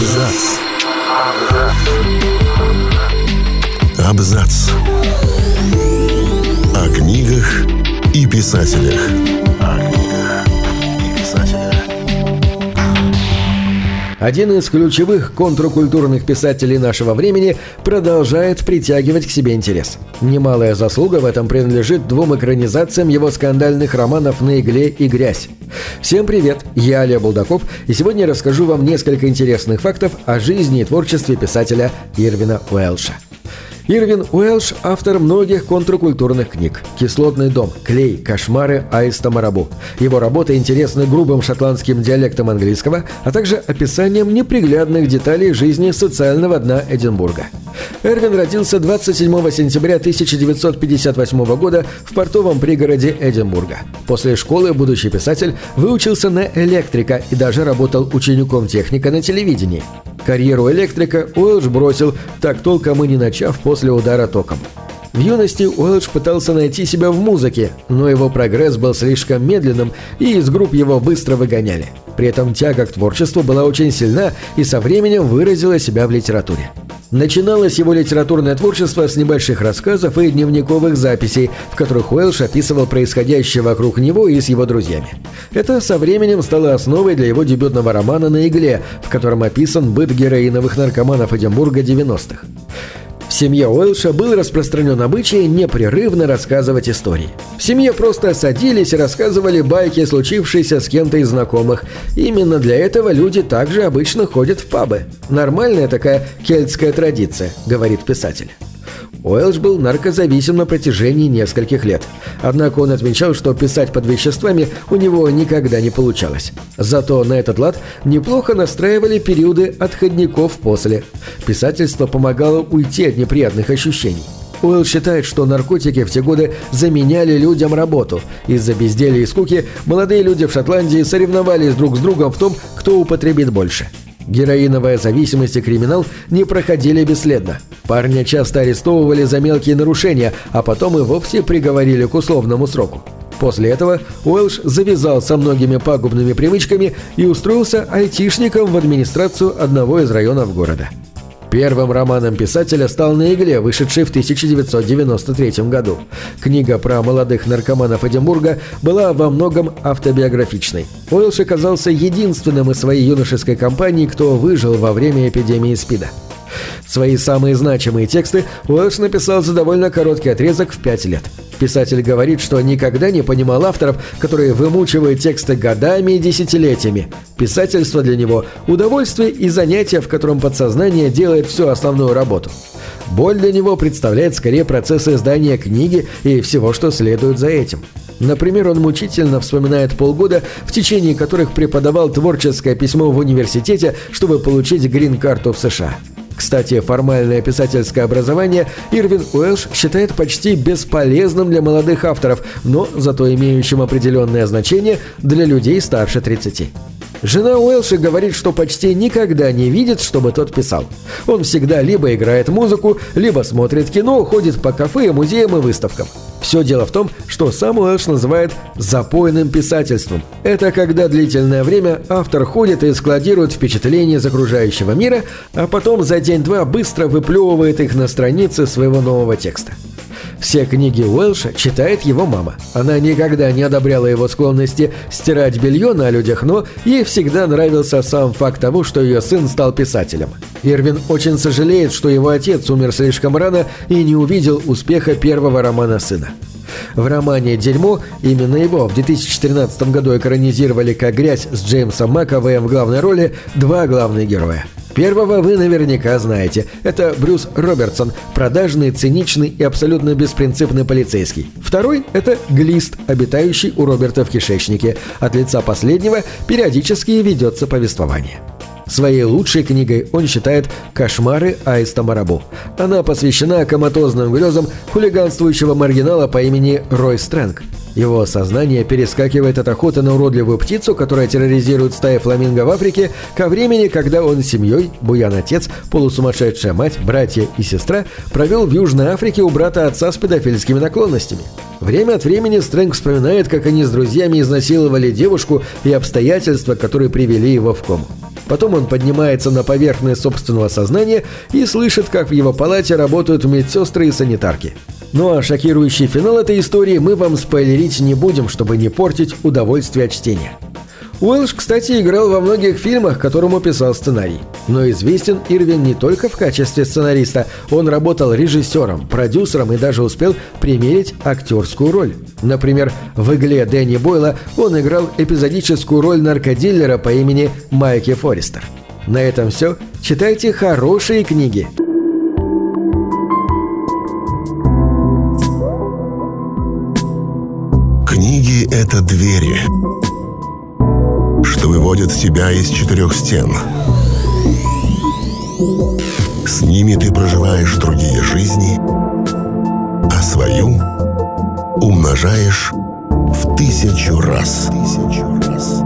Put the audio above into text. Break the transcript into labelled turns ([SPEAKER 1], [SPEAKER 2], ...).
[SPEAKER 1] Абзац. Абзац. О книгах и писателях.
[SPEAKER 2] Один из ключевых контркультурных писателей нашего времени продолжает притягивать к себе интерес. Немалая заслуга в этом принадлежит двум экранизациям его скандальных романов «На игле» и «Грязь». Всем привет, я Олег Булдаков, и сегодня я расскажу вам несколько интересных фактов о жизни и творчестве писателя Ирвина Уэлша. Ирвин Уэлш – автор многих контркультурных книг: «Кислотный дом», «Клей», «Кошмары Аиста Марабу». Его работы интересны грубым шотландским диалектом английского, а также описанием неприглядных деталей жизни социального дна Эдинбурга. Ирвин родился 27 сентября 1958 года в портовом пригороде Эдинбурга. После школы будущий писатель выучился на электрика и даже работал учеником техника на телевидении. Карьеру электрика Уэлш бросил, так толком и не начав после удара током. В юности Уэлш пытался найти себя в музыке, но его прогресс был слишком медленным, и из групп его быстро выгоняли. При этом тяга к творчеству была очень сильна и со временем выразила себя в литературе. Начиналось его литературное творчество с небольших рассказов и дневниковых записей, в которых Уэлш описывал происходящее вокруг него и с его друзьями. Это со временем стало основой для его дебютного романа «На игле», в котором описан быт героиновых наркоманов Эдинбурга 90-х. В семье Уэлша был распространен обычай непрерывно рассказывать истории. В семье просто садились и рассказывали байки, случившиеся с кем-то из знакомых. Именно для этого люди также обычно ходят в пабы. Нормальная такая кельтская традиция, говорит писатель. Уэлш был наркозависим на протяжении нескольких лет. Однако он отмечал, что писать под веществами у него никогда не получалось. Зато на этот лад неплохо настраивали периоды отходников после. Писательство помогало уйти от неприятных ощущений. Уэлш считает, что наркотики в те годы заменяли людям работу. Из-за безделья и скуки молодые люди в Шотландии соревновались друг с другом в том, кто употребит больше. Героиновая зависимость и криминал не проходили бесследно. Парня часто арестовывали за мелкие нарушения, а потом и вовсе приговорили к условному сроку. После этого Уэлш завязал со многими пагубными привычками и устроился айтишником в администрацию одного из районов города. Первым романом писателя стал «На игле», вышедший в 1993 году. Книга про молодых наркоманов Эдинбурга была во многом автобиографичной. Уэлш оказался единственным из своей юношеской компании, кто выжил во время эпидемии СПИДа. Свои самые значимые тексты Уэлш написал за довольно короткий отрезок в 5 лет. Писатель говорит, что никогда не понимал авторов, которые вымучивают тексты годами и десятилетиями. Писательство для него – удовольствие и занятие, в котором подсознание делает всю основную работу. Боль для него представляет скорее процесс издания книги и всего, что следует за этим. Например, он мучительно вспоминает полгода, в течение которых преподавал творческое письмо в университете, чтобы получить грин-карту в США. Кстати, формальное писательское образование Ирвин Уэлш считает почти бесполезным для молодых авторов, но зато имеющим определенное значение для людей старше 30. Жена Уэлша говорит, что почти никогда не видит, чтобы тот писал. Он всегда либо играет музыку, либо смотрит кино, ходит по кафе, музеям и выставкам. Все дело в том, что сам Уэлш называет «запойным писательством». Это когда длительное время автор ходит и складирует впечатления из окружающего мира, а потом за день-два быстро выплевывает их на страницы своего нового текста. Все книги Уэлша читает его мама. Она никогда не одобряла его склонности стирать белье на людях, но ей всегда нравился сам факт того, что ее сын стал писателем. Ирвин очень сожалеет, что его отец умер слишком рано и не увидел успеха первого романа сына. В романе «Дерьмо», именно его в 2013 году экранизировали как «Грязь» с Джеймсом Макэвоем в главной роли, два главных героя. Первого вы наверняка знаете. Это Брюс Робертсон, продажный, циничный и абсолютно беспринципный полицейский. Второй – это Глист, обитающий у Роберта в кишечнике. От лица последнего периодически ведется повествование. Своей лучшей книгой он считает «Кошмары Аиста Марабу». Она посвящена коматозным грезам хулиганствующего маргинала по имени Рой Стрэнг. Его сознание перескакивает от охоты на уродливую птицу, которая терроризирует стаи фламинго в Африке, ко времени, когда он с семьей, буян-отец, полусумасшедшая мать, братья и сестра, провел в Южной Африке у брата отца с педофильскими наклонностями. Время от времени Стрэнг вспоминает, как они с друзьями изнасиловали девушку и обстоятельства, которые привели его в кому. Потом он поднимается на поверхность собственного сознания и слышит, как в его палате работают медсестры и санитарки. Ну а шокирующий финал этой истории мы вам спойлерить не будем, чтобы не портить удовольствие от чтения. Уэлш, кстати, играл во многих фильмах, которому писал сценарий. Но известен Ирвин не только в качестве сценариста, он работал режиссером, продюсером и даже успел примерить актерскую роль. Например, в «Игле» Дэнни Бойла он играл эпизодическую роль наркодилера по имени Майки Форестер. На этом все. Читайте хорошие книги.
[SPEAKER 1] Книги — это двери, что выводят тебя из четырех стен. С ними ты проживаешь другие жизни, а свою умножаешь в 1000 раз.